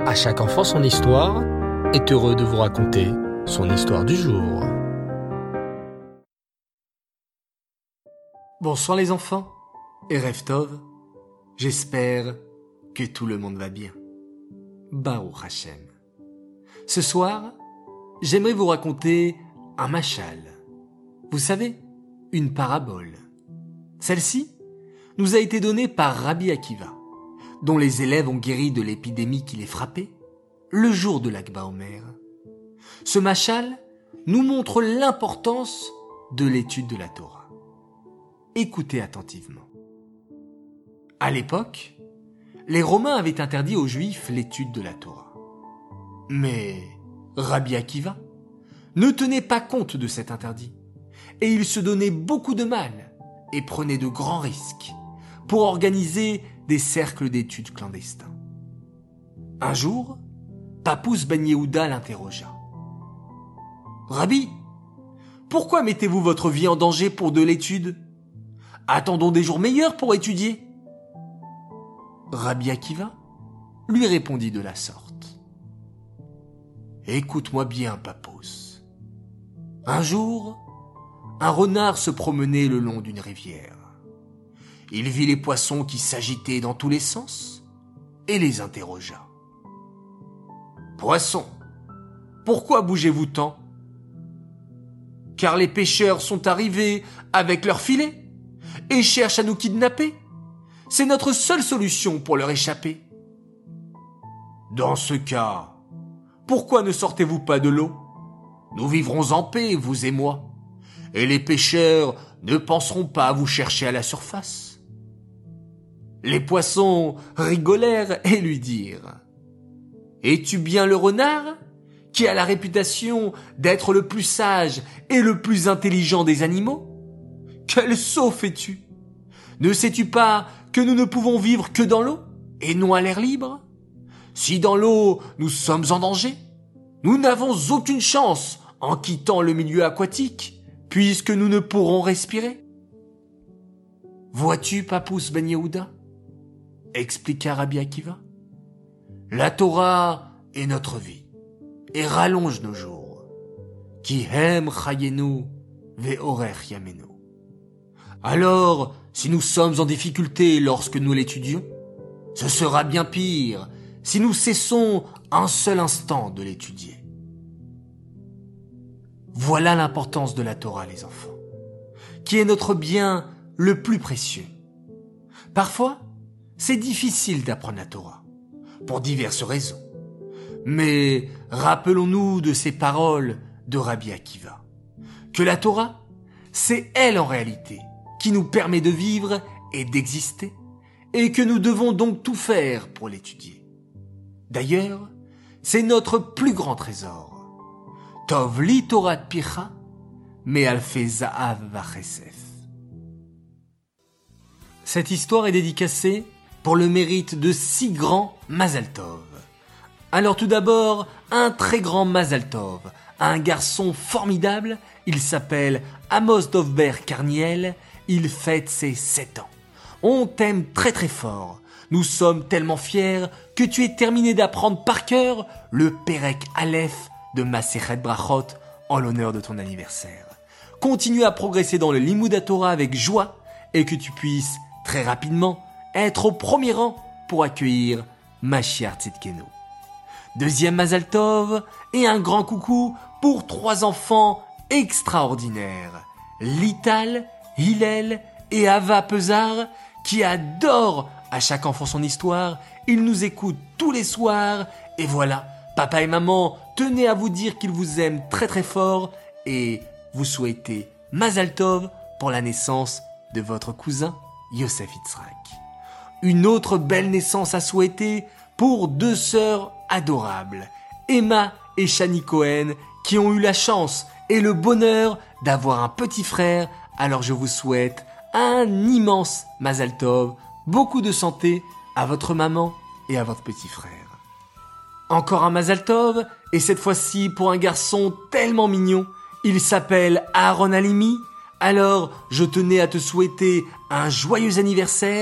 À chaque enfant son histoire est heureux de vous raconter son histoire du jour. Bonsoir les enfants et Rev Tov, j'espère que tout le monde va bien. Baruch Hashem. Ce soir, j'aimerais vous raconter un machal. Vous savez, une parabole. Celle-ci nous a été donnée par Rabbi Akiva, dont les élèves ont guéri de l'épidémie qui les frappait le jour de l'Akba Omer. Ce machal nous montre l'importance de l'étude de la Torah. Écoutez attentivement. À l'époque, les Romains avaient interdit aux Juifs l'étude de la Torah. Mais Rabbi Akiva ne tenait pas compte de cet interdit, et il se donnait beaucoup de mal et prenait de grands risques pour organiser des cercles d'études clandestins. Un jour, Papouz Ben Yehuda l'interrogea. « Rabbi, pourquoi mettez-vous votre vie en danger pour de l'étude ? Attendons des jours meilleurs pour étudier. » Rabbi Akiva lui répondit de la sorte. « Écoute-moi bien, Papouz. Un jour, un renard se promenait le long d'une rivière. Il vit les poissons qui s'agitaient dans tous les sens et les interrogea. « Poissons, pourquoi bougez-vous tant ? Car les pêcheurs sont arrivés avec leurs filets et cherchent à nous kidnapper. C'est notre seule solution pour leur échapper. Dans ce cas, pourquoi ne sortez-vous pas de l'eau ? Nous vivrons en paix, vous et moi, et les pêcheurs ne penseront pas à vous chercher à la surface. » Les poissons rigolèrent et lui dirent « Es-tu bien le renard, qui a la réputation d'être le plus sage et le plus intelligent des animaux ? Quel sot fais-tu ? Ne sais-tu pas que nous ne pouvons vivre que dans l'eau et non à l'air libre ? Si dans l'eau nous sommes en danger, nous n'avons aucune chance en quittant le milieu aquatique, puisque nous ne pourrons respirer. » Vois-tu, Papouz Ben Yehuda ? Expliqua Rabbi Akiva. La Torah est notre vie et rallonge nos jours. Ki hem chayenu ve'orer yamenu. Alors, si nous sommes en difficulté lorsque nous l'étudions, ce sera bien pire si nous cessons un seul instant de l'étudier. Voilà l'importance de la Torah, les enfants, qui est notre bien le plus précieux. Parfois, c'est difficile d'apprendre la Torah, pour diverses raisons. Mais rappelons-nous de ces paroles de Rabbi Akiva, que la Torah, c'est elle en réalité, qui nous permet de vivre et d'exister, et que nous devons donc tout faire pour l'étudier. D'ailleurs, c'est notre plus grand trésor. Tov li Torah picha, me'al fe za'av vachesef. Cette histoire est dédicacée pour le mérite de 6 grands Mazal Tov. Alors tout d'abord, un très grand Mazal Tov, un garçon formidable, il s'appelle Amos Dovber Carniel, il fête ses 7 ans. On t'aime très très fort, nous sommes tellement fiers que tu aies terminé d'apprendre par cœur le Perek Aleph de Masechet Brachot en l'honneur de ton anniversaire. Continue à progresser dans le Limud Torah avec joie et que tu puisses très rapidement être au premier rang pour accueillir Mashiach Tzidkenu. Deuxième Mazal Tov et un grand coucou pour 3 enfants extraordinaires. Lital, Hillel et Ava Pesar qui adorent à chaque enfant son histoire. Ils nous écoutent tous les soirs et voilà, papa et maman tenaient à vous dire qu'ils vous aiment très très fort et vous souhaitez Mazal Tov pour la naissance de votre cousin Yosef Yitzhak. Une autre belle naissance à souhaiter pour 2 sœurs adorables, Emma et Shani Cohen, qui ont eu la chance et le bonheur d'avoir un petit frère. Alors je vous souhaite un immense Mazal Tov, beaucoup de santé à votre maman et à votre petit frère. Encore un Mazal Tov, et cette fois-ci pour un garçon tellement mignon. Il s'appelle Aaron Halimi. Alors je tenais à te souhaiter un joyeux anniversaire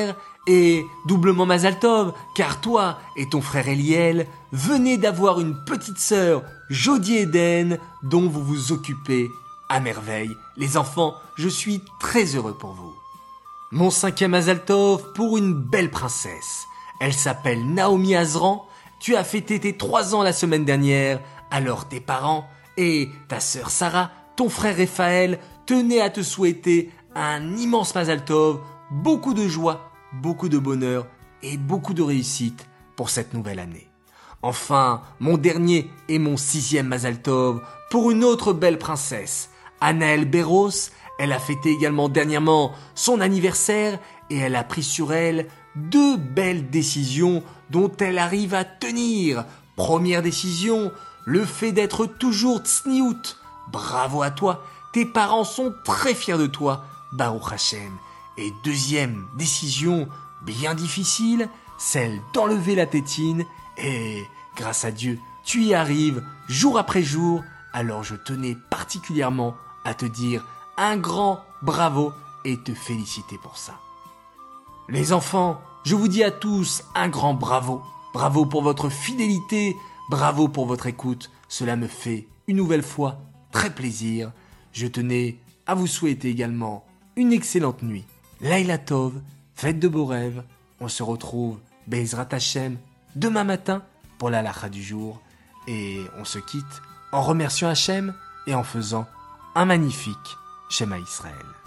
Et doublement Mazal Tov, car toi et ton frère Eliel venez d'avoir une petite sœur, Jodie Eden, dont vous vous occupez à merveille. Les enfants, je suis très heureux pour vous. Mon 5e Mazal Tov pour une belle princesse. Elle s'appelle Naomi Azran. Tu as fêté tes 3 ans la semaine dernière, alors tes parents et ta sœur Sarah, ton frère Raphaël, tenaient à te souhaiter un immense Mazal Tov, beaucoup de joie, beaucoup de bonheur et beaucoup de réussite pour cette nouvelle année. Enfin, mon dernier et mon 6e Mazal Tov pour une autre belle princesse, Anaël Béros. Elle a fêté également dernièrement son anniversaire et elle a pris sur elle 2 belles décisions dont elle arrive à tenir. Première décision, le fait d'être toujours tsniout. Bravo à toi, tes parents sont très fiers de toi, Baruch Hashem. Et deuxième décision, bien difficile, celle d'enlever la tétine. Et grâce à Dieu, tu y arrives jour après jour. Alors je tenais particulièrement à te dire un grand bravo et te féliciter pour ça. Les enfants, je vous dis à tous un grand bravo. Bravo pour votre fidélité, bravo pour votre écoute. Cela me fait une nouvelle fois très plaisir. Je tenais à vous souhaiter également une excellente nuit. Laila Tov, faites de beaux rêves. On se retrouve, Be'ezrat Hashem, demain matin pour la halakha du jour. Et on se quitte en remerciant Hashem et en faisant un magnifique Shema Israël.